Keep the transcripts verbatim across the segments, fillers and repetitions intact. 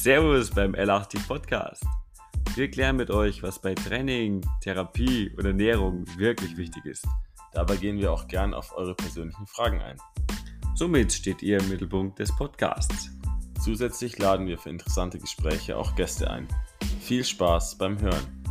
Servus beim L achtzig Podcast. Wir klären mit euch, was bei Training, Therapie und Ernährung wirklich wichtig ist. Dabei gehen wir auch gern auf eure persönlichen Fragen ein. Somit steht ihr im Mittelpunkt des Podcasts. Zusätzlich laden wir für interessante Gespräche auch Gäste ein. Viel Spaß beim Hören.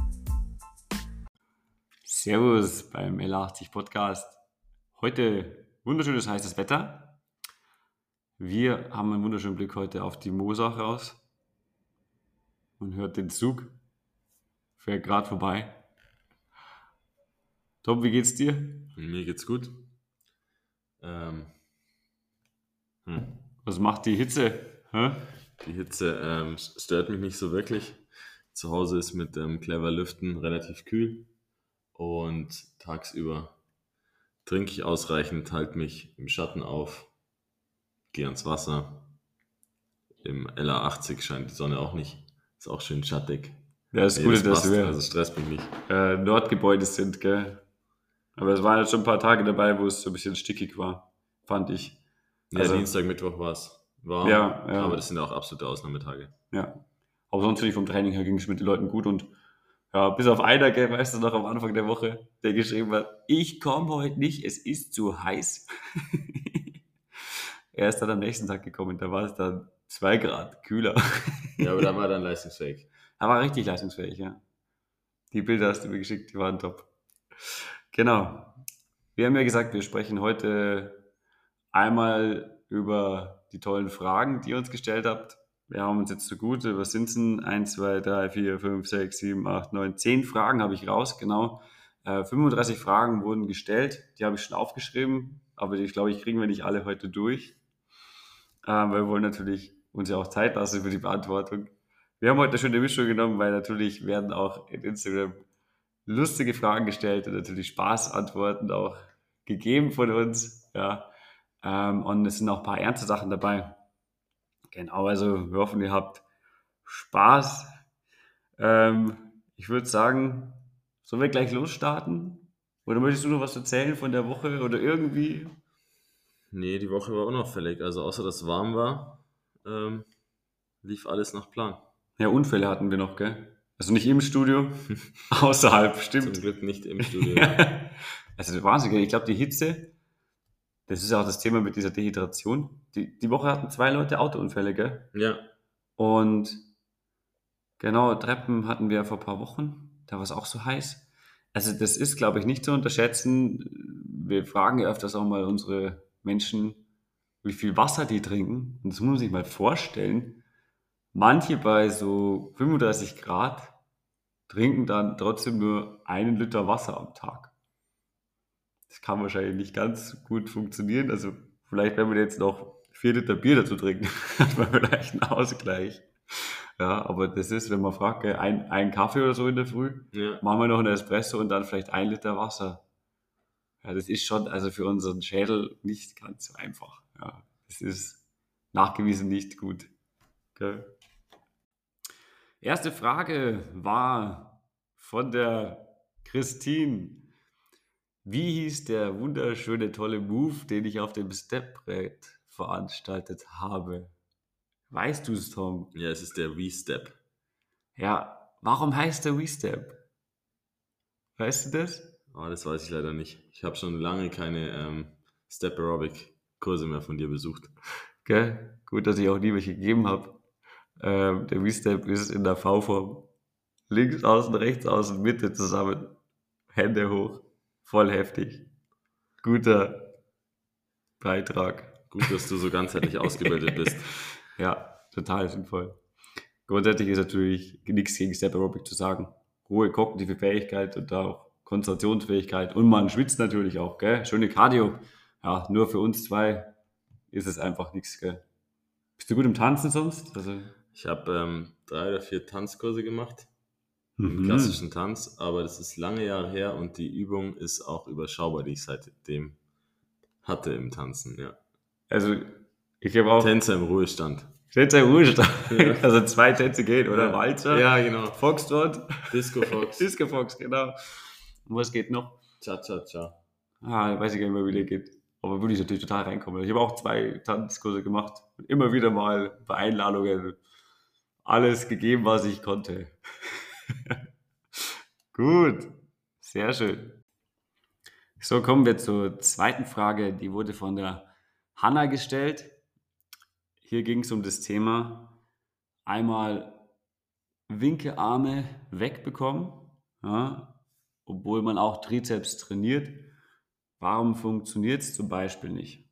Servus beim L achtzig Podcast. Heute wunderschönes heißes Wetter. Wir haben einen wunderschönen Blick heute auf die Moosach raus. Man hört den Zug. Fährt gerade vorbei. Tom, wie geht's dir? Mir geht's gut. Ähm, hm. Was macht die Hitze? Hä? Die Hitze ähm, stört mich nicht so wirklich. Zu Hause ist mit ähm, Clever Lüften relativ kühl und tagsüber trinke ich ausreichend, halte mich im Schatten auf, gehe ans Wasser. Im L achtzig scheint die Sonne auch nicht. Ist auch schön schattig. Ja, das Nee, Gute, das dass passt, wir also stresst mich nicht. äh, Nordgebäude sind, gell? Aber es waren jetzt schon ein paar Tage dabei, wo es so ein bisschen stickig war, fand ich. Ja, Also- Dienstag, Mittwoch war es warm, Ja, ja. aber das sind auch absolute Ausnahmetage. Ja. Aber sonst finde ich vom Training her ging es mit den Leuten gut und ja, bis auf einer, gell, weißt du noch, am Anfang der Woche, der geschrieben hat, ich komme heute nicht, es ist zu heiß. Er ist dann am nächsten Tag gekommen, da war es dann zwei Grad kühler. Ja, aber da war dann leistungsfähig. Er war richtig leistungsfähig, ja. Die Bilder hast du mir geschickt, die waren top. Genau. Wir haben ja gesagt, wir sprechen heute einmal über die tollen Fragen, die ihr uns gestellt habt. Wir haben uns jetzt so gut, was sind es denn? eins, zwei, drei, vier, fünf, sechs, sieben, acht, neun, zehn Fragen habe ich raus, genau. Äh, fünfunddreißig Fragen wurden gestellt, die habe ich schon aufgeschrieben, aber die, glaube ich, kriegen wir nicht alle heute durch. Äh, weil wir wollen natürlich uns ja auch Zeit lassen für die Beantwortung. Wir haben heute eine schöne Mischung genommen, weil natürlich werden auch in Instagram lustige Fragen gestellt und natürlich Spaßantworten auch gegeben von uns. Ja. Ähm, und es sind auch ein paar ernste Sachen dabei. Genau, also wir hoffen, ihr habt Spaß. Ähm, ich würde sagen, sollen wir gleich losstarten? Oder möchtest du noch was erzählen von der Woche oder irgendwie? Nee, die Woche war unauffällig. Also außer dass es warm war, ähm, lief alles nach Plan. Ja, Unfälle hatten wir noch, gell? Also nicht im Studio, außerhalb, Zum stimmt. Glück nicht im Studio. Also Wahnsinn, ich glaube, die Hitze, das ist ja auch das Thema mit dieser Dehydration. Die, die Woche hatten zwei Leute Autounfälle, gell? Ja, Und genau, Treppen hatten wir vor ein paar Wochen, da war es auch so heiß. Also das ist, glaube ich, nicht zu unterschätzen. Wir fragen ja öfters auch mal unsere Menschen, wie viel Wasser die trinken. Und das muss man sich mal vorstellen. Manche bei so fünfunddreißig Grad trinken dann trotzdem nur einen Liter Wasser am Tag. Das kann wahrscheinlich nicht ganz gut funktionieren. Also vielleicht, wenn wir jetzt noch vier Liter Bier dazu trinken, hat man vielleicht einen Ausgleich. Ja, aber das ist, wenn man fragt, gell, ein, ein Kaffee oder so in der Früh, ja. machen wir noch einen Espresso und dann vielleicht ein Liter Wasser. Ja, das ist schon also für unseren Schädel nicht ganz so einfach. Ja, das ist nachgewiesen nicht gut. Gell? Erste Frage war von der Christine. Wie hieß der wunderschöne, tolle Move, den ich auf dem Stepbrett veranstaltet habe? Weißt du es, Tom? Ja, es ist der V-Step. Ja, warum heißt der WeStep? Weißt du das? Aber das weiß ich leider nicht. Ich habe schon lange keine ähm, Step Aerobic Kurse mehr von dir besucht. Gell? Gut, dass ich auch nie welche gegeben habe. Ähm, der WeStep ist in der V-Form. Links außen, rechts außen, Mitte zusammen. Hände hoch. Voll heftig. Guter Beitrag. Gut, dass du so ganzheitlich ausgebildet bist. Ja, total sinnvoll. Grundsätzlich ist natürlich nichts gegen Step Aerobic zu sagen. Hohe kognitive Fähigkeit und auch Konzentrationsfähigkeit. Und man schwitzt natürlich auch, gell? Schöne Cardio. Ja, nur für uns zwei ist es einfach nichts, gell? Bist du gut im Tanzen sonst? Also, Ich habe ähm, drei oder vier Tanzkurse gemacht, im Mhm. klassischen Tanz, aber das ist lange Jahre her und die Übung ist auch überschaubar, die ich seitdem hatte im Tanzen, ja. also ich habe auch Tänzer im Ruhestand. Tänzer im Ruhestand. Ja. Also zwei Tänze gehen, oder? Ja. Walzer, Ja, genau. Foxtrot, Disco Fox, Disco Fox, genau. Und was geht noch? Cha-Cha-Cha. Ah, weiß ich gar nicht mehr, wie der geht. Aber würde ich natürlich total reinkommen. Ich habe auch zwei Tanzkurse gemacht und immer wieder mal bei Einladungen alles gegeben, was ich konnte. Gut, sehr schön. So, kommen wir zur zweiten Frage. Die wurde von der Hanna gestellt. Hier ging es um das Thema einmal Winkearme wegbekommen, ja, obwohl man auch Trizeps trainiert. Warum funktioniert es zum Beispiel nicht?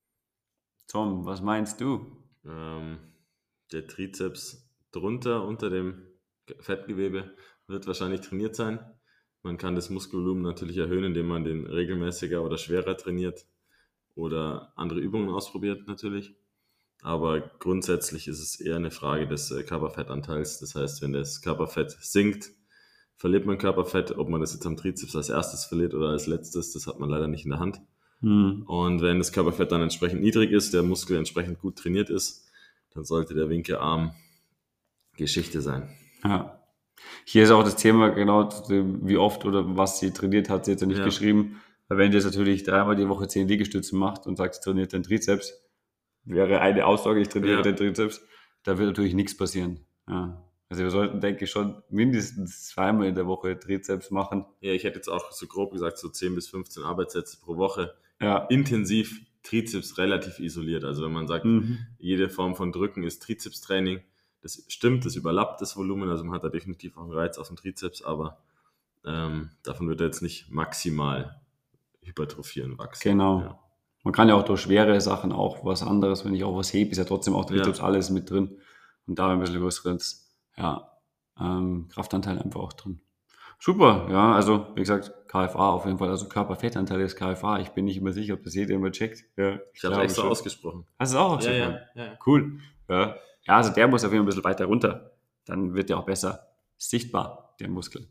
Tom, was meinst du? Ähm, der Trizeps drunter, unter dem Fettgewebe, wird wahrscheinlich trainiert sein. Man kann das Muskelvolumen natürlich erhöhen, indem man den regelmäßiger oder schwerer trainiert oder andere Übungen ausprobiert natürlich. Aber grundsätzlich ist es eher eine Frage des äh, Körperfettanteils. Das heißt, wenn das Körperfett sinkt, verliert man Körperfett. Ob man das jetzt am Trizeps als erstes verliert oder als letztes, das hat man leider nicht in der Hand. Hm. Und wenn das Körperfett dann entsprechend niedrig ist, der Muskel entsprechend gut trainiert ist, dann sollte der Winkearm Geschichte sein. Ja. Hier ist auch das Thema genau, zu dem, wie oft oder was sie trainiert hat, sie jetzt ja nicht Ja. geschrieben. Weil wenn sie jetzt natürlich dreimal die Woche zehn Liegestütze macht und sagt, sie trainiert den Trizeps, wäre eine Aussage, ich trainiere Ja. den Trizeps, da wird natürlich nichts passieren. Ja. Also wir sollten, denke ich, schon mindestens zweimal in der Woche Trizeps machen. Ja, ich hätte jetzt auch so grob gesagt, so zehn bis fünfzehn Arbeitssätze pro Woche. Ja. Intensiv, Trizeps relativ isoliert. Also wenn man sagt, Mhm. jede Form von Drücken ist Trizepstraining, das stimmt, das überlappt das Volumen, also man hat da definitiv auch einen Reiz auf dem Trizeps, aber ähm, davon wird er jetzt nicht maximal hypertrophieren, wachsen. Genau. Ja. Man kann ja auch durch schwere Sachen auch was anderes, wenn ich auch was hebe, ist ja trotzdem auch Trizeps Ja. alles mit drin. Und da ein bisschen größeres, ja, ähm, Kraftanteil einfach auch drin. Super, ja, also wie gesagt, K F A auf jeden Fall, also Körperfettanteil ist K F A. Ich bin nicht immer sicher, ob das jeder immer checkt. Ja, Ich habe es glaube extra schon. ausgesprochen. Hast du es auch Ja, ausgesprochen? ja, ja. Cool. Ja. ja, also der muss auf jeden Fall ein bisschen weiter runter. Dann wird der auch besser sichtbar, der Muskel.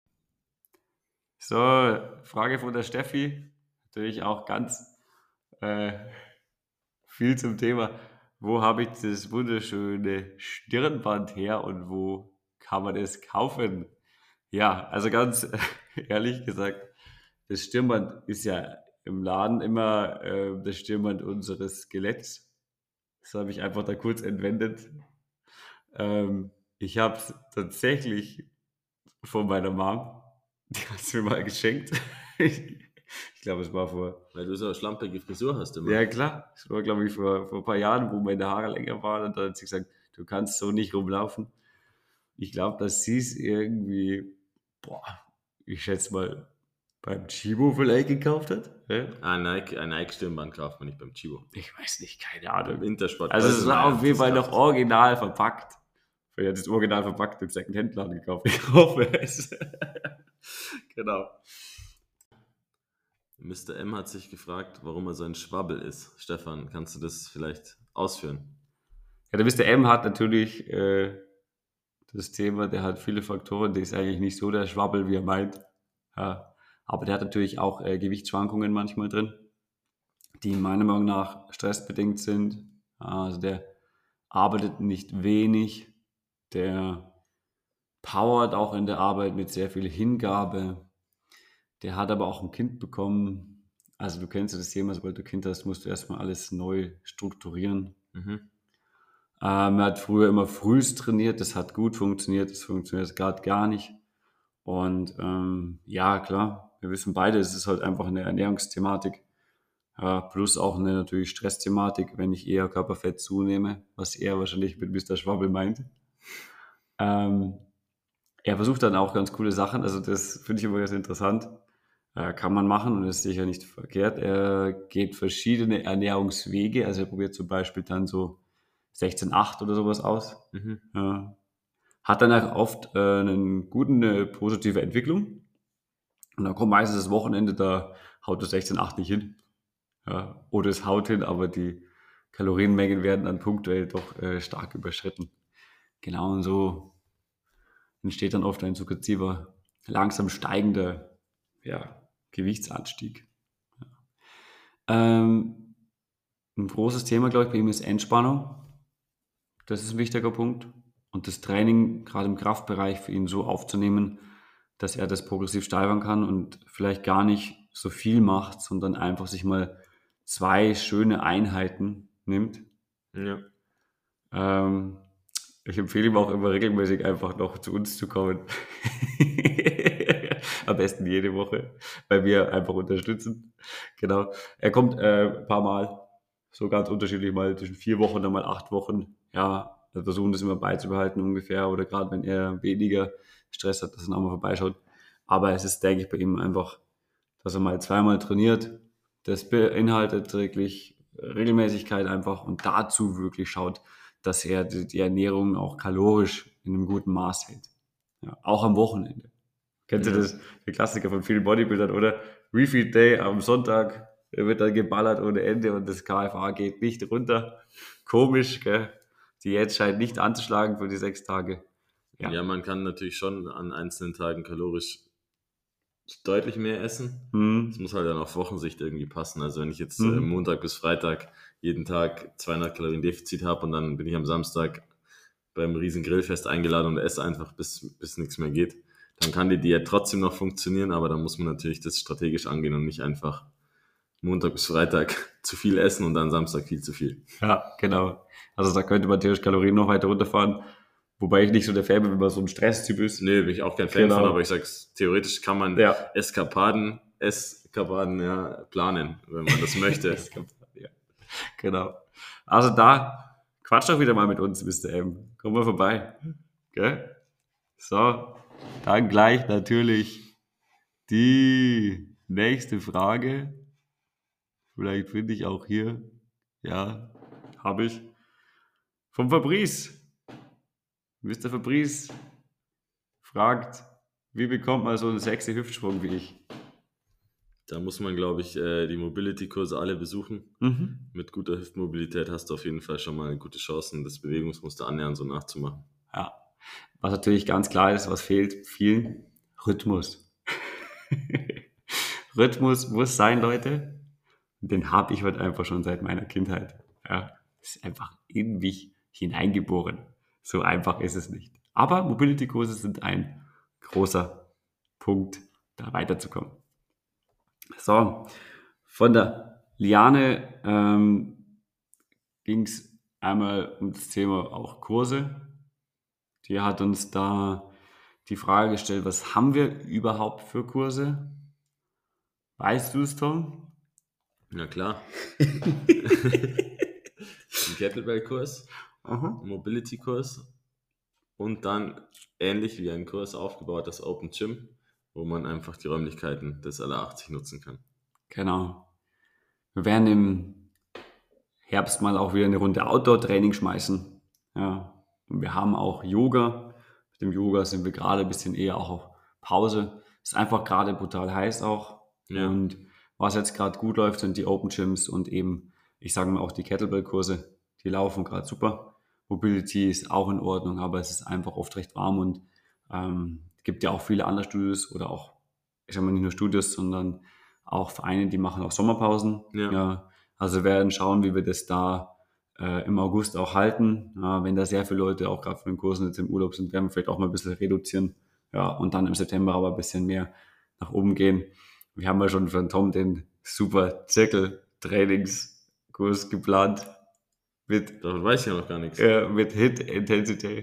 So, Frage von der Steffi. Natürlich auch ganz äh, viel zum Thema. Wo habe ich das wunderschöne Stirnband her und wo kann man es kaufen? Ja, also ganz ehrlich gesagt, das Stirnband ist ja im Laden immer äh, das Stirnband unseres Skeletts. Das habe ich einfach da kurz entwendet. Ähm, ich habe es tatsächlich von meiner Mom, die hat es mir mal geschenkt. ich ich glaube, es war vor, Weil du so eine schlampige Frisur hast immer. ja klar, es war glaube ich vor, vor ein paar Jahren, wo meine Haare länger waren und da hat sie gesagt, du kannst so nicht rumlaufen. Ich glaube, dass sie es irgendwie, boah, ich schätze mal, beim Chibo vielleicht gekauft hat. Hä? Ein Nike, ein Nike-Stirnband kauft man nicht beim Chibo. Ich weiß nicht, keine Beim Ahnung. Intersport. Also es war auf jeden Fall noch das original verpackt. Vielleicht hat es original verpackt im Second-Hand-Laden gekauft. Ich hoffe es. Genau. Mister M hat sich gefragt, warum er so ein Schwabbel ist. Stefan, kannst du das vielleicht ausführen? Ja, der Mister M hat natürlich äh, das Thema, der hat viele Faktoren, der ist eigentlich nicht so der Schwabbel, wie er meint. Ja, aber der hat natürlich auch äh, Gewichtsschwankungen manchmal drin, die meiner Meinung nach stressbedingt sind. Also der arbeitet nicht wenig, der powert auch in der Arbeit mit sehr viel Hingabe. Der hat aber auch ein Kind bekommen. Also du kennst ja das Thema, sobald du ein Kind hast, musst du erstmal alles neu strukturieren. Mhm. Ähm, er hat früher immer frühst trainiert, das hat gut funktioniert, das funktioniert gerade gar nicht. Und ähm, ja, klar, wir wissen beide, es ist halt einfach eine Ernährungsthematik, ja, plus auch eine natürlich Stressthematik, wenn ich eher Körperfett zunehme, was er wahrscheinlich mit Mister Schwabbel meint. Ähm, er versucht dann auch ganz coole Sachen, also das finde ich immer ganz interessant. Äh, kann man machen und ist sicher nicht verkehrt. Er geht verschiedene Ernährungswege, also er probiert zum Beispiel dann so sechzehn acht oder sowas aus. Mhm. Ja. Hat dann auch oft äh, einen guten, eine positive Entwicklung. Und dann kommt meistens das Wochenende, da haut das sechzehn acht nicht hin. Ja. Oder es haut hin, aber die Kalorienmengen werden dann punktuell doch äh, stark überschritten. Genau, und so entsteht dann oft ein sukzessiver, langsam steigender ja, Gewichtsanstieg. Ja. Ähm, ein großes Thema, glaube ich, bei ihm ist Entspannung. Das ist ein wichtiger Punkt. Und das Training, gerade im Kraftbereich, für ihn so aufzunehmen, dass er das progressiv steigern kann und vielleicht gar nicht so viel macht, sondern einfach sich mal zwei schöne Einheiten nimmt. Ja. Ähm, Ich empfehle ihm auch immer regelmäßig einfach noch zu uns zu kommen. Am besten jede Woche, weil wir einfach unterstützen. Genau. Er kommt äh, ein paar Mal, so ganz unterschiedlich, mal zwischen vier Wochen, dann mal acht Wochen. Ja, wir versuchen das immer beizubehalten ungefähr. Oder gerade wenn er weniger Stress hat, dass er nochmal vorbeischaut. Aber es ist, denke ich, bei ihm einfach, dass er mal zweimal trainiert. Das beinhaltet wirklich Regelmäßigkeit einfach und dazu wirklich schaut, dass er die, die Ernährung auch kalorisch in einem guten Maß hält. Ja, auch am Wochenende. Kennst du Ja. das? Der Klassiker von vielen Bodybuildern, oder? Refeed Day am Sonntag, er wird dann geballert ohne Ende und das K F A geht nicht runter. Komisch, gell? Die Diät scheint nicht anzuschlagen für die sechs Tage. Ja. Ja. Man kann natürlich schon an einzelnen Tagen kalorisch deutlich mehr essen. Hm. Das muss halt dann auf Wochensicht irgendwie passen. Also wenn ich jetzt äh, Mhm. Montag bis Freitag jeden Tag zweihundert Kalorien Defizit habe und dann bin ich am Samstag beim riesen Grillfest eingeladen und esse einfach, bis, bis nichts mehr geht, dann kann die Diät trotzdem noch funktionieren, aber dann muss man natürlich das strategisch angehen und nicht einfach Montag bis Freitag zu viel essen und dann Samstag viel zu viel. Ja, genau. Also da könnte man theoretisch Kalorien noch weiter runterfahren. Wobei ich nicht so der Fan bin, wenn man so ein Stresstyp ist. Nee, bin ich auch kein Fan Genau. von, aber ich sag's, theoretisch kann man Ja. Eskapaden, Eskapaden ja, planen, wenn man das möchte. Ja. Genau. Also da, quatsch doch wieder mal mit uns, Mister M. Komm mal vorbei. Gell? So, dann gleich natürlich die nächste Frage. Vielleicht finde ich auch hier. Ja, habe ich. Vom Fabrice. Mister Fabrice fragt, wie bekommt man so einen sexy Hüftsprung wie ich? Da muss man, glaube ich, äh, die Mobility-Kurse alle besuchen. Mhm. Mit guter Hüftmobilität hast du auf jeden Fall schon mal gute Chancen, das Bewegungsmuster annähernd so nachzumachen. Ja, was natürlich ganz klar ist, was fehlt vielen, Rhythmus. Rhythmus muss sein, Leute. Den habe ich heute einfach schon seit meiner Kindheit. Ja, das ist einfach in mich hineingeboren. So einfach ist es nicht. Aber Mobility-Kurse sind ein großer Punkt, da weiterzukommen. So, von der Liane ähm, ging es einmal um das Thema auch Kurse. Die hat uns da die Frage gestellt, was haben wir überhaupt für Kurse? Weißt du es, Tom? Na klar. Ein Kettlebell-Kurs, Aha. ein Mobility-Kurs und dann ähnlich wie ein Kurs aufgebaut, das Open Gym, wo man einfach die Räumlichkeiten des L A achtzig nutzen kann. Genau. Wir werden im Herbst mal auch wieder eine Runde Outdoor-Training schmeißen. Ja. Und wir haben auch Yoga. Mit dem Yoga sind wir gerade ein bisschen eher auch auf Pause. Ist einfach gerade brutal heiß auch. Ja. Und was jetzt gerade gut läuft, sind die Open Gyms und eben, ich sage mal auch die Kettlebell-Kurse. Die laufen gerade super. Mobility ist auch in Ordnung, aber es ist einfach oft recht warm und ähm, es gibt ja auch viele andere Studios oder auch, ich sage mal nicht nur Studios, sondern auch Vereine, die machen auch Sommerpausen. Ja. Ja, also wir werden schauen, wie wir das da äh, im August auch halten. Ja, wenn da sehr viele Leute auch gerade von den Kursen jetzt im Urlaub sind, werden wir vielleicht auch mal ein bisschen reduzieren. Ja, und dann im September aber ein bisschen mehr nach oben gehen. Wir haben ja schon von Tom den super Zirkel-Trainingskurs geplant. Mit, Davon weiß ich ja noch gar nichts. äh, mit Hit Intensity.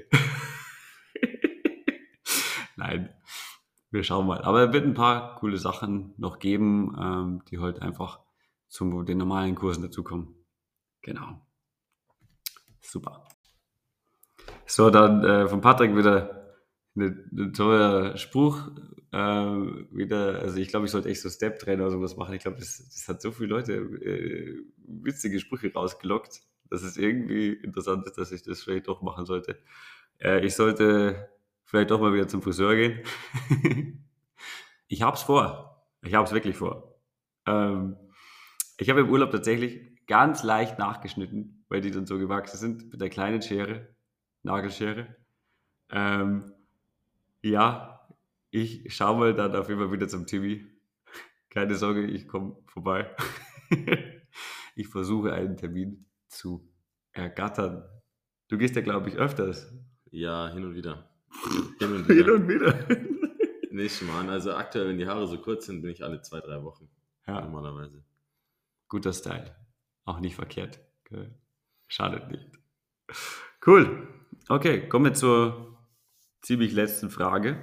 Nein, wir schauen mal. Aber es wird ein paar coole Sachen noch geben, ähm, die heute einfach zu den normalen Kursen dazukommen. Genau. Super. So, dann äh, von Patrick wieder ein toller Spruch. Äh, wieder, also ich glaube, ich sollte echt so Step-Trainer oder sowas machen. Ich glaube, das, das hat so viele Leute äh, witzige Sprüche rausgelockt, dass es irgendwie interessant ist, dass ich das vielleicht doch machen sollte. Äh, ich sollte vielleicht doch mal wieder zum Friseur gehen. Ich habe es vor. Ich habe es wirklich vor. Ähm, ich habe im Urlaub tatsächlich ganz leicht nachgeschnitten, weil die dann so gewachsen sind mit der kleinen Schere, Nagelschere. Ähm, ja, ich schaue mal dann auf jeden Fall wieder zum Timmy. Keine Sorge, ich komme vorbei. Ich versuche einen Termin zu ergattern. Du gehst ja, glaube ich, öfters. Ja, hin und wieder. Hin und Hin wieder. und wieder. Nicht mal. Also aktuell, wenn die Haare so kurz sind, bin ich alle zwei, drei Wochen. Ja, Normalerweise. guter Style. Auch nicht verkehrt. Gell? Schadet nicht. Cool. Okay, kommen wir zur ziemlich letzten Frage.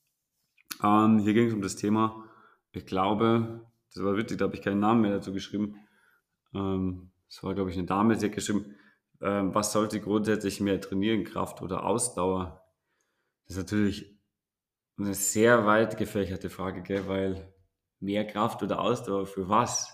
Ähm, hier ging es um das Thema, ich glaube, das war witzig, da habe ich keinen Namen mehr dazu geschrieben. Ähm, das war, glaube ich, eine Dame, sie hat geschrieben, ähm, was sollte grundsätzlich mehr trainieren, Kraft oder Ausdauer? Das ist natürlich eine sehr weit gefächerte Frage, gell? Weil mehr Kraft oder Ausdauer für was?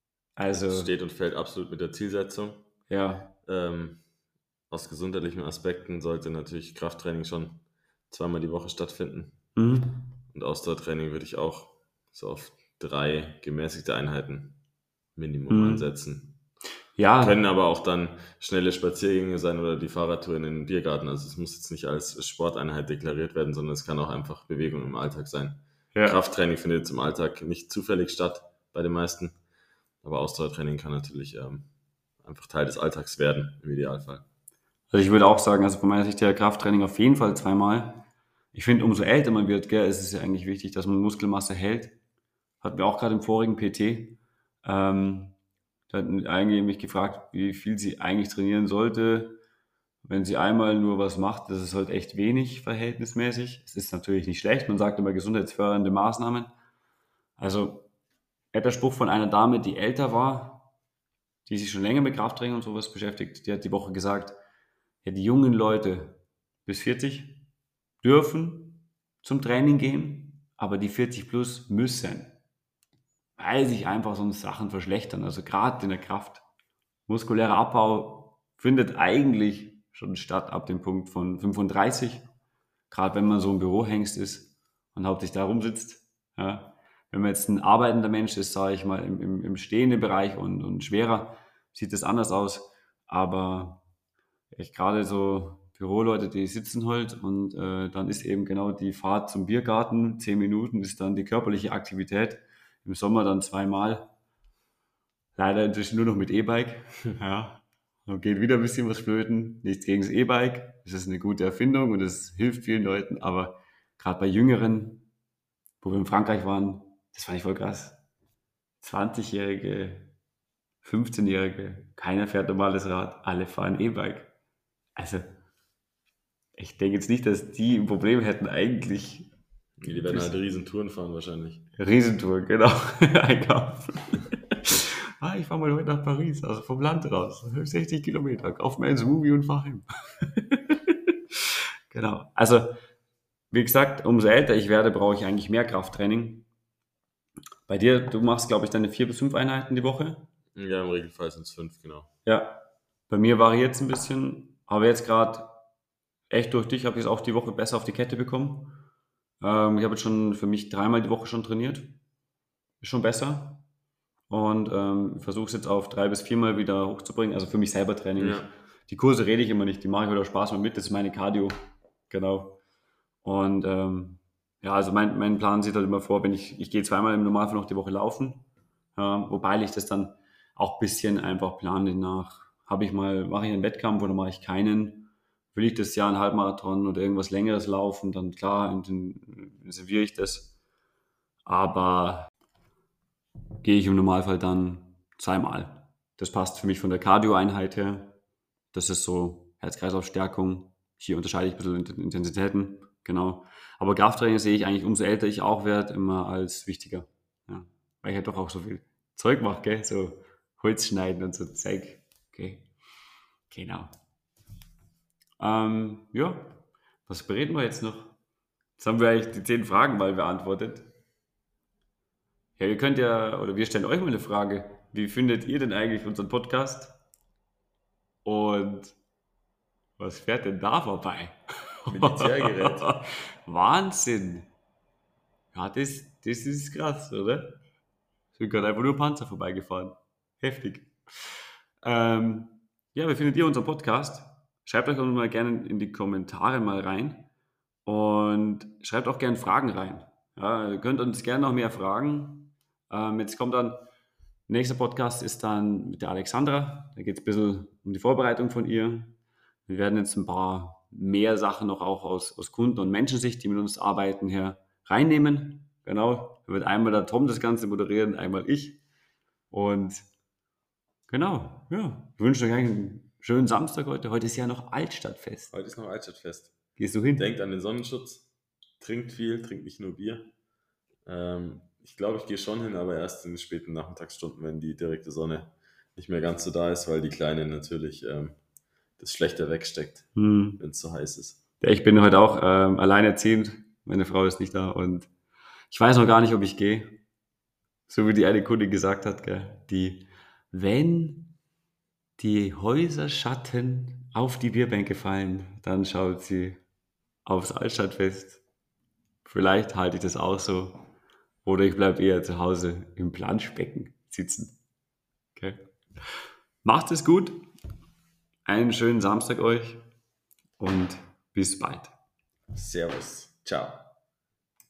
Es Also, steht und fällt absolut mit der Zielsetzung. ja. Ähm, aus gesundheitlichen Aspekten sollte natürlich Krafttraining schon zweimal die Woche stattfinden. Mhm. Und Ausdauertraining würde ich auch so auf drei gemäßigte Einheiten Minimum Mhm. ansetzen. Ja, Können aber auch dann schnelle Spaziergänge sein oder die Fahrradtour in den Biergarten. Also es muss jetzt nicht als Sporteinheit deklariert werden, sondern es kann auch einfach Bewegung im Alltag sein. ja. Krafttraining findet jetzt im Alltag nicht zufällig statt bei den meisten, aber Ausdauertraining kann natürlich ähm, einfach Teil des Alltags werden, im Idealfall. Also ich würde auch sagen, also von meiner Sicht her Krafttraining auf jeden Fall zweimal. Ich finde, umso älter man wird, gell, ist es ja eigentlich wichtig, dass man Muskelmasse hält. Hatten wir auch gerade im vorigen P T. Ähm, da hat eigentlich mich gefragt, wie viel sie eigentlich trainieren sollte. Wenn sie einmal nur was macht, das ist halt echt wenig verhältnismäßig. Es ist natürlich nicht schlecht, man sagt immer gesundheitsfördernde Maßnahmen. Also, der Spruch von einer Dame, die älter war, die sich schon länger mit Krafttraining und sowas beschäftigt, die hat die Woche gesagt, ja, die jungen Leute bis vierzig dürfen zum Training gehen, aber die vierzig plus müssen, weil sich einfach sonst Sachen verschlechtern. Also gerade in der Kraft. Muskulärer Abbau findet eigentlich schon statt ab dem Punkt von fünfunddreißig. Gerade wenn man so im Bürohengst ist und hauptsächlich da rumsitzt. Ja. Wenn man jetzt ein arbeitender Mensch ist, sage ich mal, im, im, im stehenden Bereich und, und schwerer, sieht das anders aus. Aber echt gerade so Büroleute, die sitzen halt und äh, dann ist eben genau die Fahrt zum Biergarten, zehn Minuten ist dann die körperliche Aktivität. Im Sommer dann zweimal. Leider inzwischen nur noch mit E-Bike. Ja. Und geht wieder ein bisschen was flöten. Nichts gegen das E-Bike. Es ist eine gute Erfindung und es hilft vielen Leuten. Aber gerade bei Jüngeren, wo wir in Frankreich waren, das fand ich voll krass. zwanzigjährige, fünfzehnjährige, keiner fährt normales Rad, alle fahren E-Bike. Also, ich denke jetzt nicht, dass die ein Problem hätten, eigentlich Die werden halt riesen Touren fahren wahrscheinlich. Riesentour, genau, einkaufen. Ah, ich fahre mal heute nach Paris, also vom Land raus. sechzig Kilometer, kauf mir ein Smoothie und fahr heim. Genau. Also, wie gesagt, umso älter ich werde, brauche ich eigentlich mehr Krafttraining. Bei dir, du machst, glaube ich, deine vier bis fünf Einheiten die Woche. Ja, im Regelfall sind es fünf, genau. Ja. Bei mir variiert es ein bisschen, aber jetzt gerade echt durch dich habe ich es auch die Woche besser auf die Kette bekommen. Ähm, ich habe jetzt schon für mich dreimal die Woche schon trainiert. Ist schon besser. Und ähm, versuche es jetzt auf drei bis viermal wieder hochzubringen. Also für mich selber Training. Ja. Ich, die Kurse rede ich immer nicht, die mache ich oder Spaß mal mit, das ist meine Cardio. Genau. Und ähm, ja, also mein, mein Plan sieht halt immer vor, wenn ich, ich gehe zweimal im Normalfall noch die Woche laufen, ja, wobei ich das dann auch ein bisschen einfach plane nach, habe ich mal, mache ich einen Wettkampf oder mache ich keinen, will ich das Jahr einen Halbmarathon oder irgendwas Längeres laufen, dann klar, intensiviere ich das, aber gehe ich im Normalfall dann zweimal. Das passt für mich von der Cardio-Einheit her. Das ist so Herz-Kreislauf-Stärkung. Hier unterscheide ich ein bisschen in Intensitäten. Genau. Aber Krafttraining sehe ich eigentlich, umso älter ich auch werde, immer als wichtiger. Ja. Weil ich ja doch auch so viel Zeug mache, gell? So Holz schneiden und so Zeug. Okay. Genau. Ähm, ja. Was bereden wir jetzt noch? Jetzt haben wir eigentlich die zehn Fragen mal beantwortet. Ja, ihr könnt ja, oder wir stellen euch mal eine Frage. Wie findet ihr denn eigentlich unseren Podcast? Und was fährt denn da vorbei? Militärgerät. Wahnsinn! Ja, das, das ist krass, oder? Sind gerade einfach nur Panzer vorbeigefahren. Heftig. Ähm, ja, wie findet ihr unseren Podcast? Schreibt euch auch mal gerne in die Kommentare mal rein und schreibt auch gerne Fragen rein. Ja, ihr könnt uns gerne noch mehr fragen. Ähm, jetzt kommt dann, nächster Podcast ist dann mit der Alexandra. Da geht es ein bisschen um die Vorbereitung von ihr. Wir werden jetzt ein paar mehr Sachen noch auch aus, aus Kunden- und Menschensicht, die mit uns arbeiten, her reinnehmen. Genau. Da wird einmal der Tom das Ganze moderieren, einmal ich. Und genau, ja, ich wünsche euch eigentlich einen schönen Samstag heute. Heute ist ja noch Altstadtfest. Heute ist noch Altstadtfest. Gehst du hin? Denkt an den Sonnenschutz, trinkt viel, trinkt nicht nur Bier. Ähm, ich glaube, ich gehe schon hin, aber erst in den späten Nachmittagsstunden, wenn die direkte Sonne nicht mehr ganz so da ist, weil die Kleine natürlich ähm, das schlechter wegsteckt, Hm. wenn es so heiß ist. Ja, ich bin heute auch ähm, alleinerziehend. Meine Frau ist nicht da und ich weiß noch gar nicht, ob ich gehe. So wie die eine Kundin gesagt hat, gell? Die, wenn die Häuserschatten auf die Bierbänke fallen, dann schaut sie aufs Altstadtfest. Vielleicht halte ich das auch so. Oder ich bleibe eher zu Hause im Planschbecken sitzen. Okay. Macht es gut. Einen schönen Samstag euch und bis bald. Servus. Ciao.